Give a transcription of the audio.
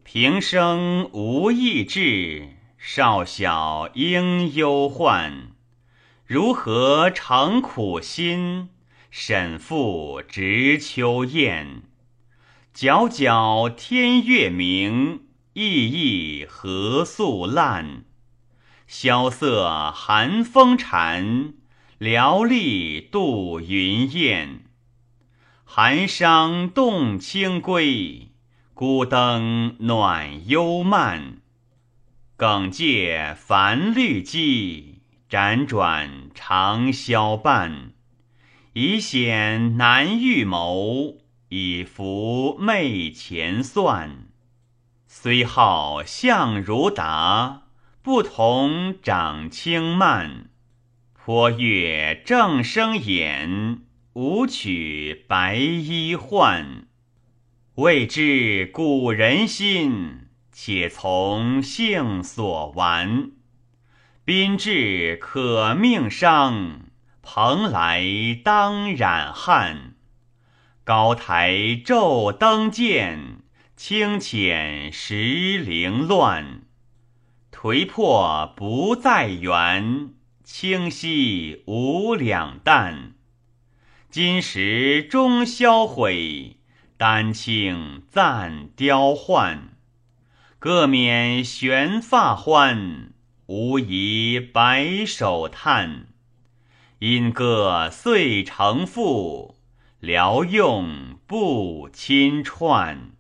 平生无异志，少小应忧患。如何成苦心？沈复值秋雁。皎皎天月明，熠熠何素烂。萧瑟寒风蝉，寥历度云雁。寒伤动清归，孤灯暖幽漫。耿介繁绿肌，辗转长宵半。以显难预谋，以服媚前算。虽好相如达，不同长轻慢。颇越正生眼，舞曲白衣换。未知古人心，且从性所玩。宾至可命伤，蓬莱当染汗。高台昼灯见，清浅石陵乱。颓破不在原，清晰无两淡。今时终销毁，丹青暂凋换。各免悬发欢，无疑白首叹。因歌遂成赋，聊用不侵串。